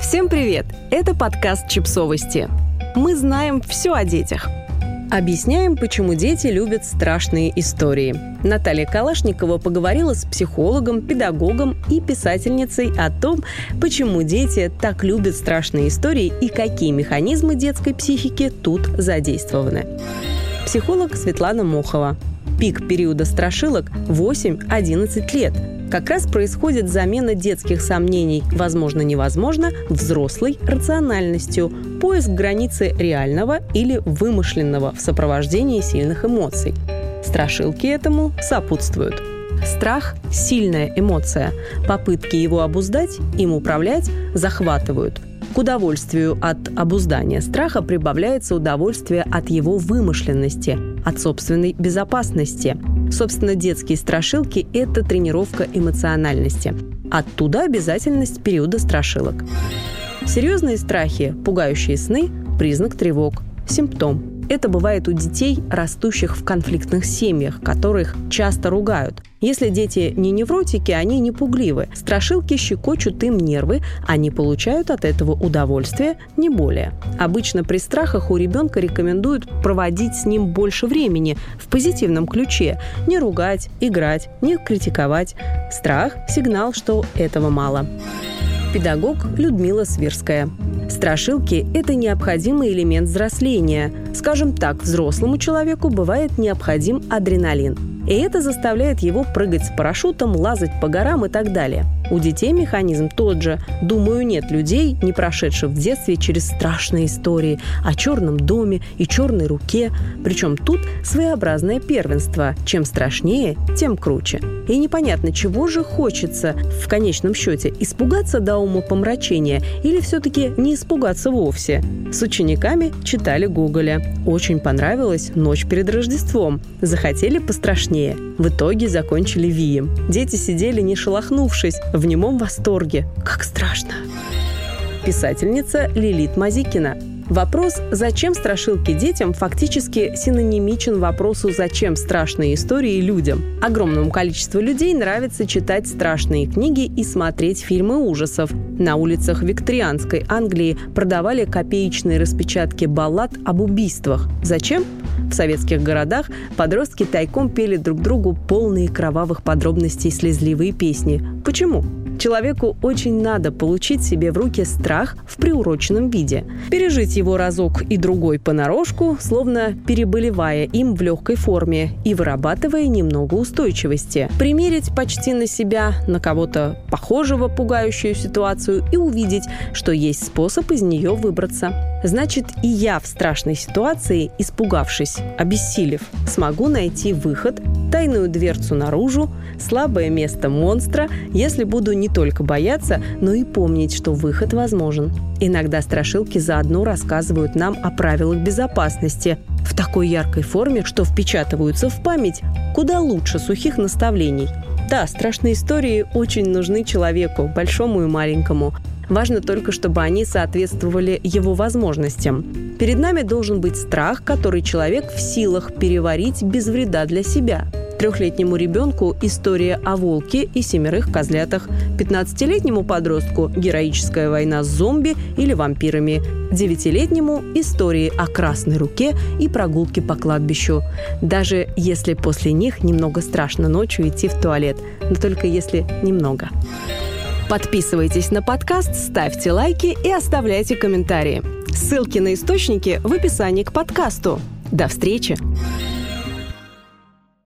Всем привет! Это подкаст «Чипсовости». Мы знаем все о детях. Объясняем, почему дети любят страшные истории. Наталья Калашникова поговорила с психологом, педагогом и писательницей о том, почему дети так любят страшные истории и какие механизмы детской психики тут задействованы. Психолог Светлана Мохова. Пик периода страшилок – 8-11 лет. Как раз происходит замена детских сомнений «возможно-невозможно» взрослой рациональностью, поиск границы реального или вымышленного в сопровождении сильных эмоций. Страшилки этому сопутствуют. Страх – сильная эмоция. Попытки его обуздать, им управлять захватывают. К удовольствию от обуздания страха прибавляется удовольствие от его вымышленности, от собственной безопасности. Собственно, детские страшилки – это тренировка эмоциональности. Оттуда обязательность периода страшилок. Серьезные страхи, пугающие сны – признак тревог, симптом. Это бывает у детей, растущих в конфликтных семьях, которых часто ругают. Если дети не невротики, они не пугливы. Страшилки щекочут им нервы, они получают от этого удовольствие, не более. Обычно при страхах у ребенка рекомендуют проводить с ним больше времени в позитивном ключе. Не ругать, играть, не критиковать. Страх – сигнал, что этого мало. Педагог Людмила Свирская. Страшилки – это необходимый элемент взросления. Скажем так, взрослому человеку бывает необходим адреналин. И это заставляет его прыгать с парашютом, лазать по горам и так далее. У детей механизм тот же. Думаю, нет людей, не прошедших в детстве через страшные истории о черном доме и черной руке. Причем тут своеобразное первенство. Чем страшнее, тем круче. И непонятно, чего же хочется в конечном счете – испугаться до умопомрачения или все-таки не испугаться вовсе. С учениками читали Гоголя. Очень понравилась «Ночь перед Рождеством». Захотели пострашнее. В итоге закончили Вием. Дети сидели, не шелохнувшись, в немом восторге. Как страшно! Писательница Лилит Мазикина. Вопрос «Зачем страшилки детям» фактически синонимичен вопросу «Зачем страшные истории людям?». Огромному количеству людей нравится читать страшные книги и смотреть фильмы ужасов. На улицах викторианской Англии продавали копеечные распечатки баллад об убийствах. Зачем? В советских городах подростки тайком пели друг другу полные кровавых подробностей слезливые песни. Почему? Человеку очень надо получить себе в руки страх в приуроченном виде. Пережить его разок и другой понарошку, словно переболевая им в легкой форме и вырабатывая немного устойчивости. Примерить почти на себя, на кого-то похожего пугающую ситуацию и увидеть, что есть способ из нее выбраться. Значит, и я в страшной ситуации, испугавшись, обессилев, смогу найти выход, тайную дверцу наружу, слабое место монстра, если буду не только бояться, но и помнить, что выход возможен. Иногда страшилки заодно рассказывают нам о правилах безопасности в такой яркой форме, что впечатываются в память куда лучше сухих наставлений. Да, страшные истории очень нужны человеку, большому и маленькому. Важно только, чтобы они соответствовали его возможностям. Перед нами должен быть страх, который человек в силах переварить без вреда для себя. 3-летнему ребенку история о волке и 7 козлятах. 15-летнему подростку героическая война с зомби или вампирами. 9-летнему истории о красной руке и прогулки по кладбищу. Даже если после них немного страшно ночью идти в туалет. Но только если немного. Подписывайтесь на подкаст, ставьте лайки и оставляйте комментарии. Ссылки на источники в описании к подкасту. До встречи!